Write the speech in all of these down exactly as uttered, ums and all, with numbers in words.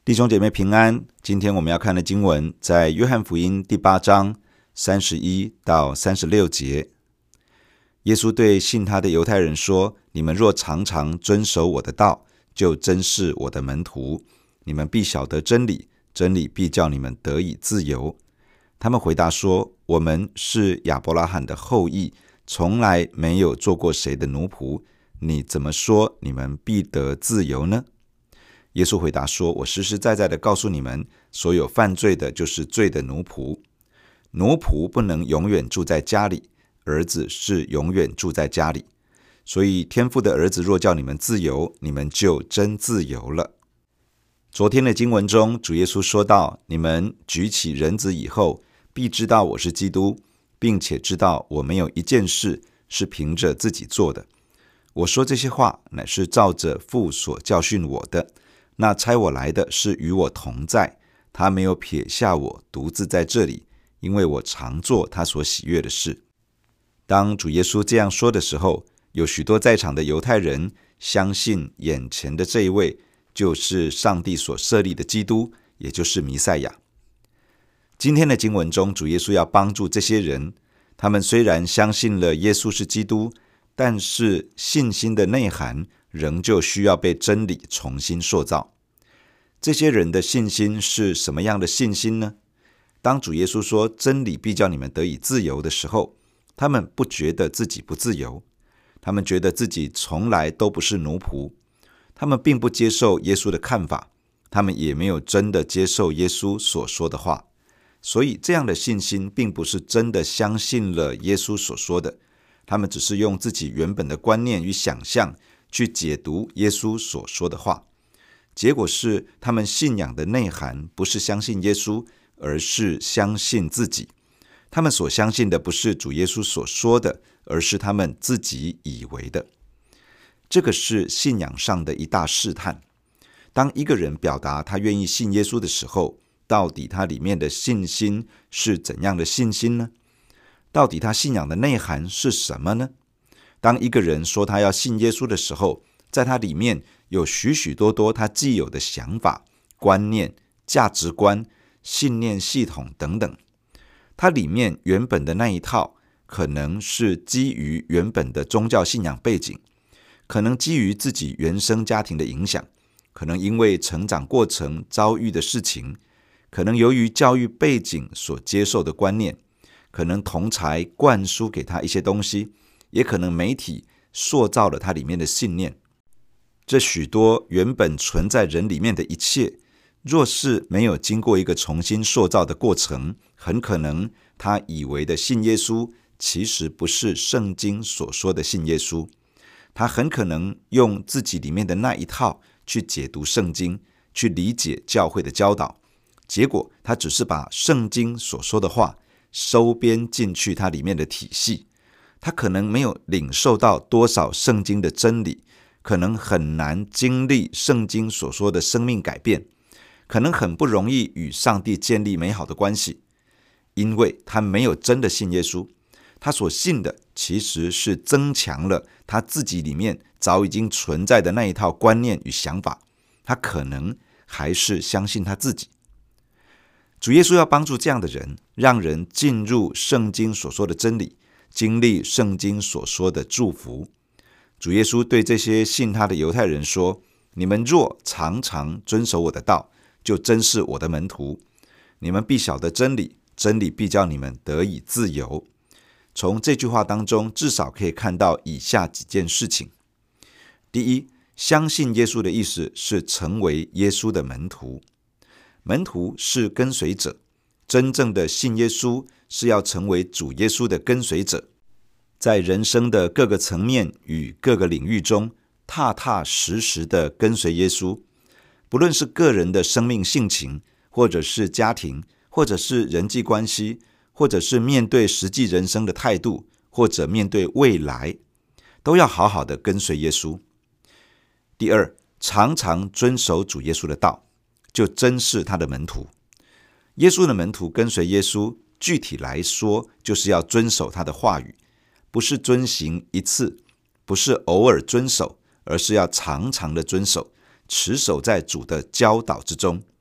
弟兄姐妹平安，今天我们要看的经文在约翰福音第八章三十一到三十六节。耶稣对信他的犹太人说：你们若常常遵守我的道，就真是我的门徒，你们必晓得真理，真理必叫你们得以自由。他们回答说：我们是亚伯拉罕的后裔，从来没有做过谁的奴仆，你怎么说你们必得自由呢？耶稣回答说：我实实在在的告诉你们，所有犯罪的就是罪的奴仆。奴仆不能永远住在家里，儿子是永远住在家里。所以天父的儿子若叫你们自由，你们就真自由了。昨天的经文中，主耶稣说到：你们举起人子以后，必知道我是基督，并且知道我没有一件事是凭着自己做的。我说这些话，乃是照着父所教训我的。那差我来的是与我同在，他没有撇下我独自在这里，因为我常做他所喜悦的事。当主耶稣这样说的时候，有许多在场的犹太人相信眼前的这一位就是上帝所设立的基督，也就是弥赛亚。今天的经文中，主耶稣要帮助这些人，他们虽然相信了耶稣是基督，但是信心的内涵仍旧需要被真理重新塑造。这些人的信心是什么样的信心呢？当主耶稣说真理必叫你们得以自由的时候，他们不觉得自己不自由，他们觉得自己从来都不是奴仆，他们并不接受耶稣的看法，他们也没有真的接受耶稣所说的话。所以这样的信心并不是真的相信了耶稣所说的，他们只是用自己原本的观念与想象去解读耶稣所说的话。结果是他们信仰的内涵不是相信耶稣，而是相信自己。他们所相信的不是主耶稣所说的，而是他们自己以为的。这个是信仰上的一大试探。当一个人表达他愿意信耶稣的时候，到底他里面的信心是怎样的信心呢？到底他信仰的内涵是什么呢？当一个人说他要信耶稣的时候，在他里面有许许多多他既有的想法、观念、价值观、信念系统等等。他里面原本的那一套，可能是基于原本的宗教信仰背景，可能基于自己原生家庭的影响，可能因为成长过程遭遇的事情，可能由于教育背景所接受的观念，可能同侪灌输给他一些东西，也可能媒体塑造了他里面的信念。这许多原本存在人里面的一切，若是没有经过一个重新塑造的过程，很可能他以为的信耶稣，其实不是圣经所说的信耶稣。他很可能用自己里面的那一套去解读圣经，去理解教会的教导，结果他只是把圣经所说的话收编进去他里面的体系。他可能没有领受到多少圣经的真理，可能很难经历圣经所说的生命改变，可能很不容易与上帝建立美好的关系，因为他没有真的信耶稣。他所信的其实是增强了他自己里面早已经存在的那一套观念与想法，他可能还是相信他自己。主耶稣要帮助这样的人，让人进入圣经所说的真理，经历圣经所说的祝福。主耶稣对这些信他的犹太人说：你们若常常遵守我的道，就真是我的门徒，你们必晓得真理，真理必叫你们得以自由。从这句话当中，至少可以看到以下几件事情。第一，相信耶稣的意思是成为耶稣的门徒。门徒是跟随者，真正的信耶稣是要成为主耶稣的跟随者，在人生的各个层面与各个领域中，踏踏实实的跟随耶稣。不论是个人的生命性情，或者是家庭，或者是人际关系，或者是面对实际人生的态度，或者面对未来，都要好好的跟随耶稣。第二，常常遵守主耶稣的道，就真是他的门徒。耶稣的门徒跟随耶稣，具体来说就是要遵守他的话语，不是遵行一次，不是偶尔遵守，而是要常常的遵守，持守在主的教导之中。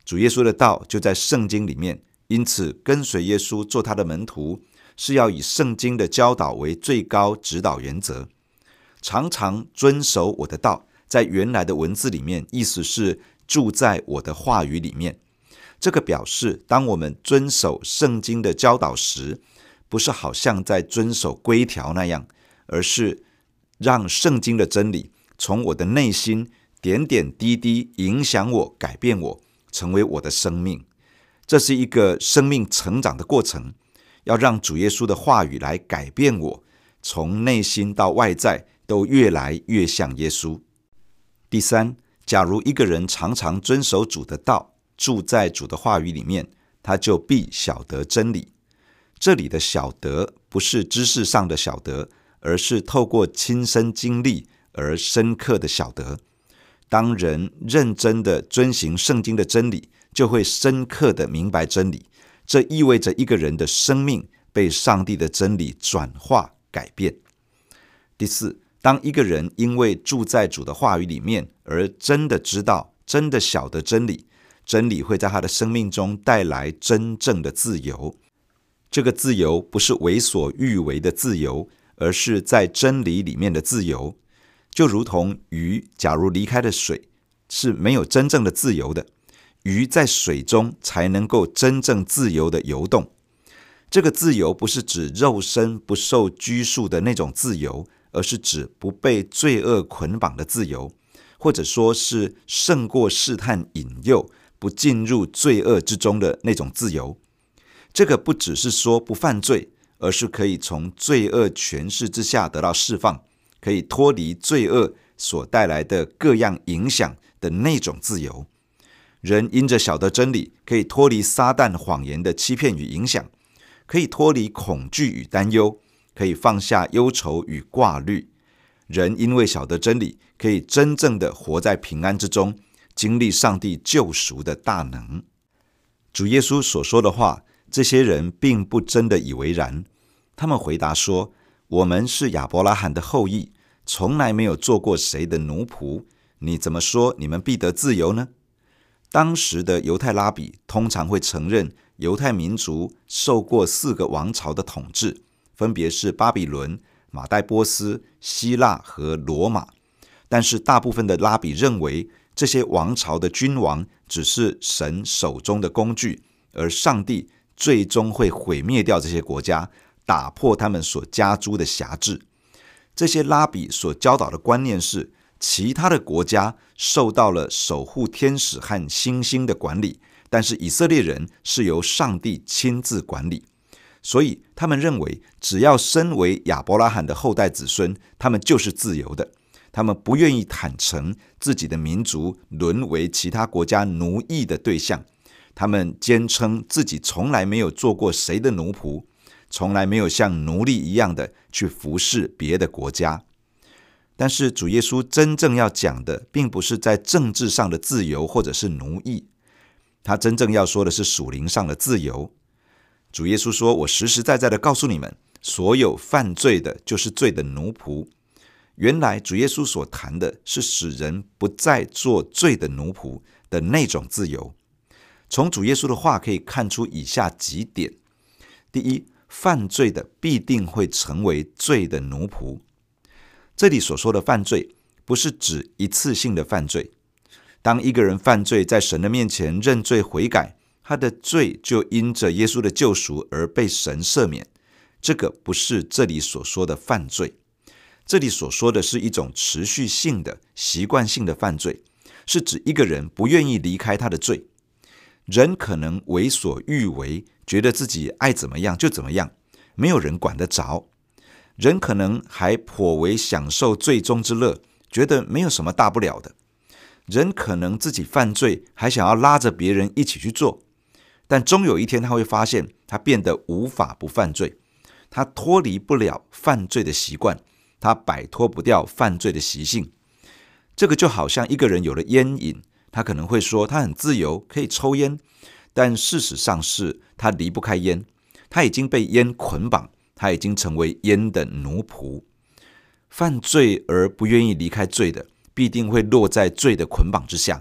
主耶稣的道就在圣经里面，因此跟随耶稣做他的门徒，是要以圣经的教导为最高指导原则，常常遵守我的道。在原来的文字里面，意思是住在我的话语里面。这个表示，当我们遵守圣经的教导时，不是好像在遵守规条那样，而是让圣经的真理从我的内心点点滴滴影响我、改变我，成为我的生命。这是一个生命成长的过程，要让主耶稣的话语来改变我，从内心到外在都越来越像耶稣。第三，假如一个人常常遵守主的道，住在主的话语里面，他就必晓得真理。这里的晓得不是知识上的晓得，而是透过亲身经历而深刻的晓得。当人认真的遵行圣经的真理，就会深刻的明白真理。这意味着一个人的生命被上帝的真理转化改变。第四，当一个人因为住在主的话语里面，而真的知道、真的晓得真理，真理会在他的生命中带来真正的自由。这个自由不是为所欲为的自由，而是在真理里面的自由。就如同鱼假如离开了水，是没有真正的自由的。鱼在水中才能够真正自由的游动。这个自由不是指肉身不受拘束的那种自由，而是指不被罪恶捆绑的自由，或者说是胜过试探引诱，不进入罪恶之中的那种自由。这个不只是说不犯罪，而是可以从罪恶权势之下得到释放，可以脱离罪恶所带来的各样影响的那种自由。人因着晓得真理，可以脱离撒旦谎言的欺骗与影响，可以脱离恐惧与担忧，可以放下忧愁与挂虑。人因为晓得真理，可以真正的活在平安之中，经历上帝救赎的大能。主耶稣所说的话，这些人并不真的以为然。他们回答说，我们是亚伯拉罕的后裔，从来没有做过谁的奴仆，你怎么说你们必得自由呢？当时的犹太拉比通常会承认犹太民族受过四个王朝的统治，分别是巴比伦、马代波斯、希腊和罗马。但是大部分的拉比认为，这些王朝的君王只是神手中的工具，而上帝最终会毁灭掉这些国家，打破他们所加诸的辖制。这些拉比所教导的观念是，其他的国家受到了守护天使和星星的管理，但是以色列人是由上帝亲自管理。所以他们认为，只要身为亚伯拉罕的后代子孙，他们就是自由的。他们不愿意坦诚自己的民族沦为其他国家奴役的对象。他们坚称自己从来没有做过谁的奴仆，从来没有像奴隶一样的去服侍别的国家。但是主耶稣真正要讲的，并不是在政治上的自由或者是奴役，他真正要说的是属灵上的自由。主耶稣说，我实实在在的告诉你们，所有犯罪的就是罪的奴仆。原来主耶稣所谈的是使人不再做罪的奴仆的那种自由。从主耶稣的话可以看出以下几点。第一，犯罪的必定会成为罪的奴仆。这里所说的犯罪，不是指一次性的犯罪。当一个人犯罪，在神的面前认罪悔改，他的罪就因着耶稣的救赎而被神赦免。这个不是这里所说的犯罪。这里所说的是一种持续性的、习惯性的犯罪，是指一个人不愿意离开他的罪。人可能为所欲为，觉得自己爱怎么样就怎么样，没有人管得着。人可能还颇为享受罪中之乐，觉得没有什么大不了的。人可能自己犯罪，还想要拉着别人一起去做，但终有一天他会发现，他变得无法不犯罪，他脱离不了犯罪的习惯，他摆脱不掉犯罪的习性。这个就好像一个人有了烟瘾，他可能会说他很自由，可以抽烟，但事实上是他离不开烟，他已经被烟捆绑，他已经成为烟的奴仆。犯罪而不愿意离开罪的，必定会落在罪的捆绑之下，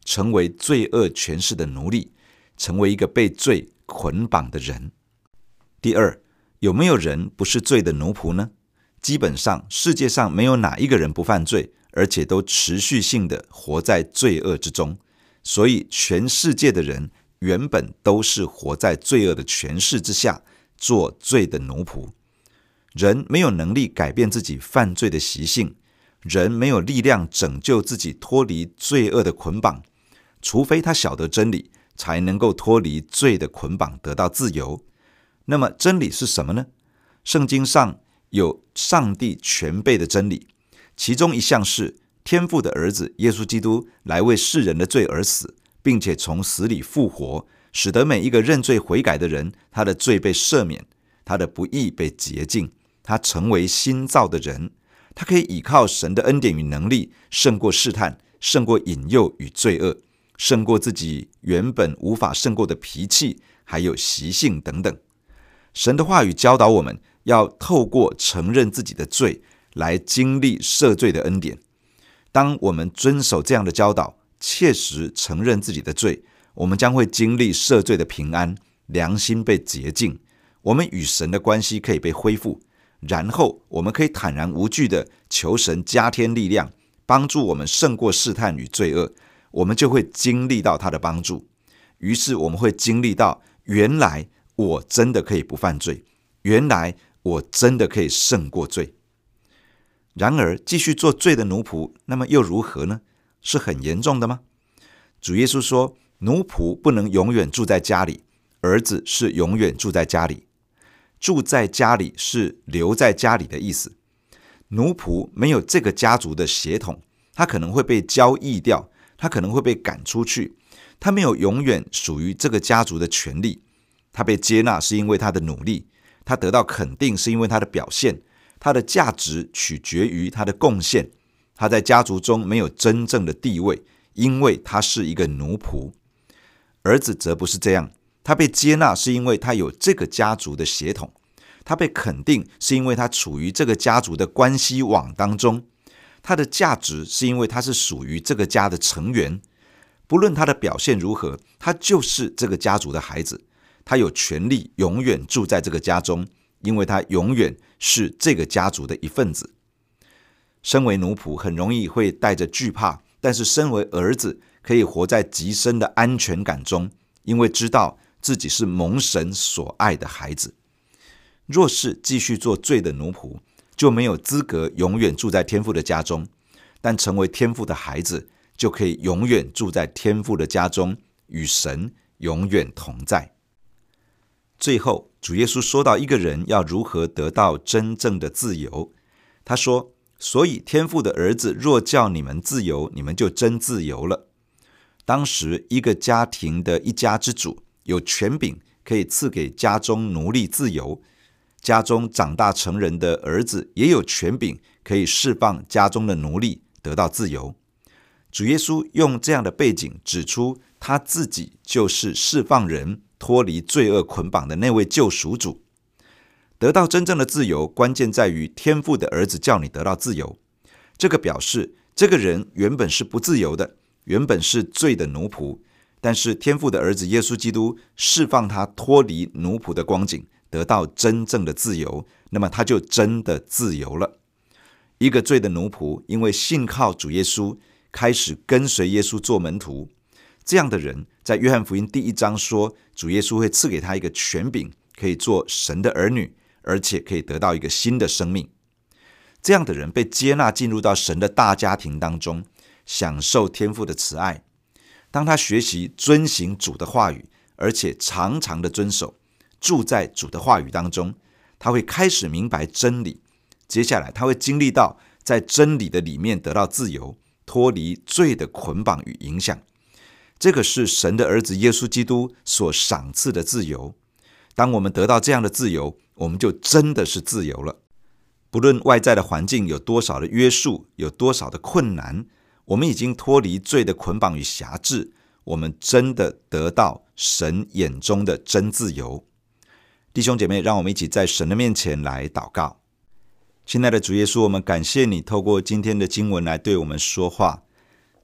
成为罪恶权势的奴隶，成为一个被罪捆绑的人。第二，有没有人不是罪的奴仆呢？基本上世界上没有哪一个人不犯罪，而且都持续性的活在罪恶之中。所以全世界的人原本都是活在罪恶的权势之下，做罪的奴仆。人没有能力改变自己犯罪的习性，人没有力量拯救自己脱离罪恶的捆绑，除非他晓得真理，才能够脱离罪的捆绑，得到自由。那么真理是什么呢？圣经上有上帝全备的真理，其中一项是天父的儿子耶稣基督来为世人的罪而死，并且从死里复活，使得每一个认罪悔改的人，他的罪被赦免，他的不义被洁净，他成为新造的人。他可以倚靠神的恩典与能力，胜过试探，胜过引诱与罪恶，胜过自己原本无法胜过的脾气还有习性等等。神的话语教导我们要透过承认自己的罪来经历赦罪的恩典。当我们遵守这样的教导，切实承认自己的罪，我们将会经历赦罪的平安，良心被洁净，我们与神的关系可以被恢复，然后我们可以坦然无惧的求神加添力量，帮助我们胜过试探与罪恶，我们就会经历到他的帮助。于是我们会经历到，原来我真的可以不犯罪，原来我真的可以胜过罪。然而继续做罪的奴仆，那么又如何呢？是很严重的吗？主耶稣说，奴仆不能永远住在家里，儿子是永远住在家里。住在家里是留在家里的意思。奴仆没有这个家族的血统，他可能会被交易掉，他可能会被赶出去，他没有永远属于这个家族的权利。他被接纳是因为他的努力，他得到肯定是因为他的表现，他的价值取决于他的贡献。他在家族中没有真正的地位，因为他是一个奴仆。儿子则不是这样，他被接纳是因为他有这个家族的血统，他被肯定是因为他处于这个家族的关系网当中，他的价值是因为他是属于这个家的成员。不论他的表现如何，他就是这个家族的孩子，他有权利永远住在这个家中，因为他永远是这个家族的一份子。身为奴仆很容易会带着惧怕，但是身为儿子可以活在极深的安全感中，因为知道自己是蒙神所爱的孩子。若是继续做罪的奴仆，就没有资格永远住在天父的家中，但成为天父的孩子，就可以永远住在天父的家中，与神永远同在。最后，主耶稣说到一个人要如何得到真正的自由。他说，所以天父的儿子若叫你们自由，你们就真自由了。当时一个家庭的一家之主有权柄可以赐给家中奴隶自由，家中长大成人的儿子也有权柄可以释放家中的奴隶，得到自由。主耶稣用这样的背景指出，他自己就是释放人脱离罪恶捆绑的那位救赎主。得到真正的自由，关键在于天父的儿子叫你得到自由。这个表示这个人原本是不自由的，原本是罪的奴仆，但是天父的儿子耶稣基督释放他脱离奴仆的光景，得到真正的自由，那么他就真的自由了。一个罪的奴仆因为信靠主耶稣，开始跟随耶稣做门徒，这样的人在约翰福音第一章说，主耶稣会赐给他一个权柄，可以做神的儿女，而且可以得到一个新的生命。这样的人被接纳进入到神的大家庭当中，享受天父的慈爱。当他学习遵行主的话语，而且常常的遵守，住在主的话语当中，他会开始明白真理。接下来他会经历到在真理的里面得到自由，脱离罪的捆绑与影响。这个是神的儿子耶稣基督所赏赐的自由。当我们得到这样的自由，我们就真的是自由了。不论外在的环境有多少的约束，有多少的困难，我们已经脱离罪的捆绑与辖制，我们真的得到神眼中的真自由。弟兄姐妹，让我们一起在神的面前来祷告。亲爱的主耶稣，我们感谢你透过今天的经文来对我们说话。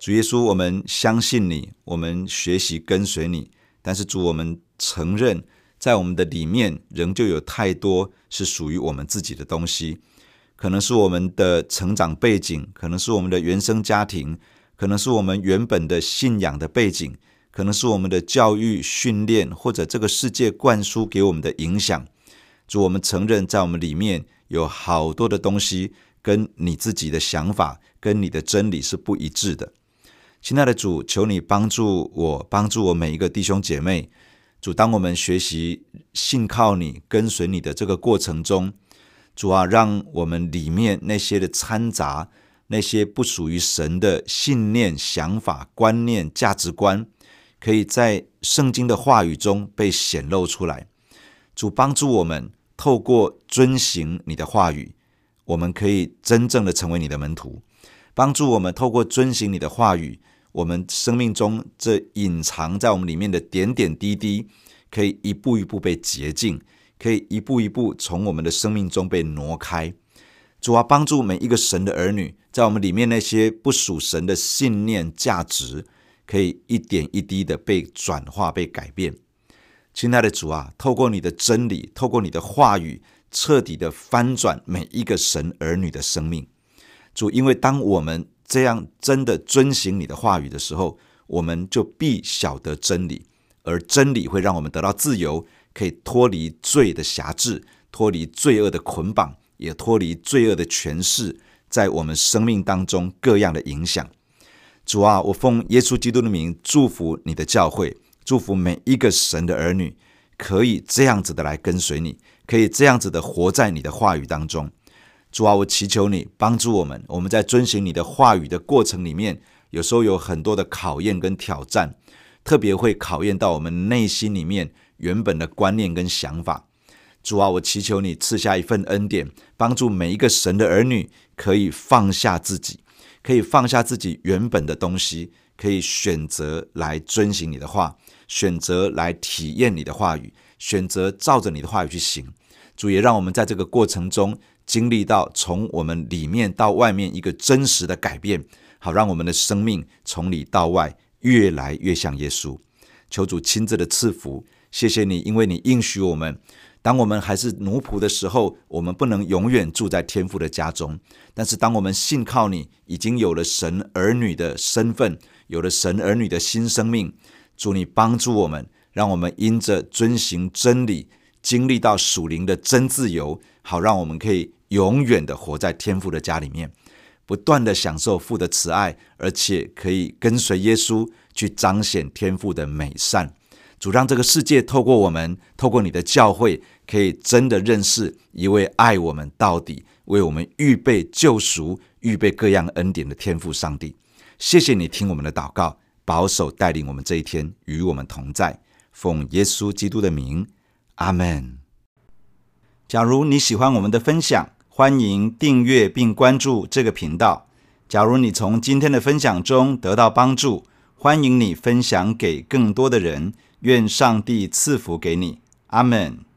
主耶稣，我们相信你，我们学习跟随你，但是主，我们承认在我们的里面仍旧有太多是属于我们自己的东西，可能是我们的成长背景，可能是我们的原生家庭，可能是我们原本的信仰的背景，可能是我们的教育训练，或者这个世界灌输给我们的影响。主，我们承认在我们里面有好多的东西跟你自己的想法跟你的真理是不一致的。亲爱的主，求你帮助我，帮助我每一个弟兄姐妹。主，当我们学习信靠你跟随你的这个过程中，主啊，让我们里面那些的掺杂，那些不属于神的信念想法观念价值观，可以在圣经的话语中被显露出来。主，帮助我们透过遵行你的话语，我们可以真正的成为你的门徒。帮助我们透过遵行你的话语，我们生命中这隐藏在我们里面的点点滴滴，可以一步一步被洁净，可以一步一步从我们的生命中被挪开。主啊，帮助每一个神的儿女，在我们里面那些不属神的信念价值，可以一点一滴的被转化被改变。亲爱的主啊，透过你的真理，透过你的话语，彻底的翻转每一个神儿女的生命。主，因为当我们这样真的遵行你的话语的时候，我们就必晓得真理，而真理会让我们得到自由，可以脱离罪的辖制，脱离罪恶的捆绑，也脱离罪恶的权势在我们生命当中各样的影响。主啊，我奉耶稣基督的名祝福你的教会，祝福每一个神的儿女可以这样子的来跟随你，可以这样子的活在你的话语当中。主啊，我祈求你帮助我们，我们在遵行你的话语的过程里面，有时候有很多的考验跟挑战，特别会考验到我们内心里面原本的观念跟想法。主啊，我祈求你赐下一份恩典，帮助每一个神的儿女可以放下自己，可以放下自己原本的东西，可以选择来遵行你的话，选择来体验你的话语，选择照着你的话语去行。主，也让我们在这个过程中经历到从我们里面到外面一个真实的改变，好让我们的生命从里到外越来越像耶稣。求主亲自的赐福，谢谢你，因为你应许我们，当我们还是奴仆的时候，我们不能永远住在天父的家中，但是当我们信靠你，已经有了神儿女的身份，有了神儿女的新生命。主，你帮助我们，让我们因着遵行真理，经历到属灵的真自由，好让我们可以永远的活在天父的家里面，不断的享受父的慈爱，而且可以跟随耶稣去彰显天父的美善。主，让这个世界透过我们，透过你的教会，可以真的认识一位爱我们到底，为我们预备救赎，预备各样恩典的天父上帝。谢谢你听我们的祷告，保守带领我们这一天，与我们同在。奉耶稣基督的名，阿们。假如你喜欢我们的分享，欢迎订阅并关注这个频道。假如你从今天的分享中得到帮助，欢迎你分享给更多的人。愿上帝赐福给你，阿们。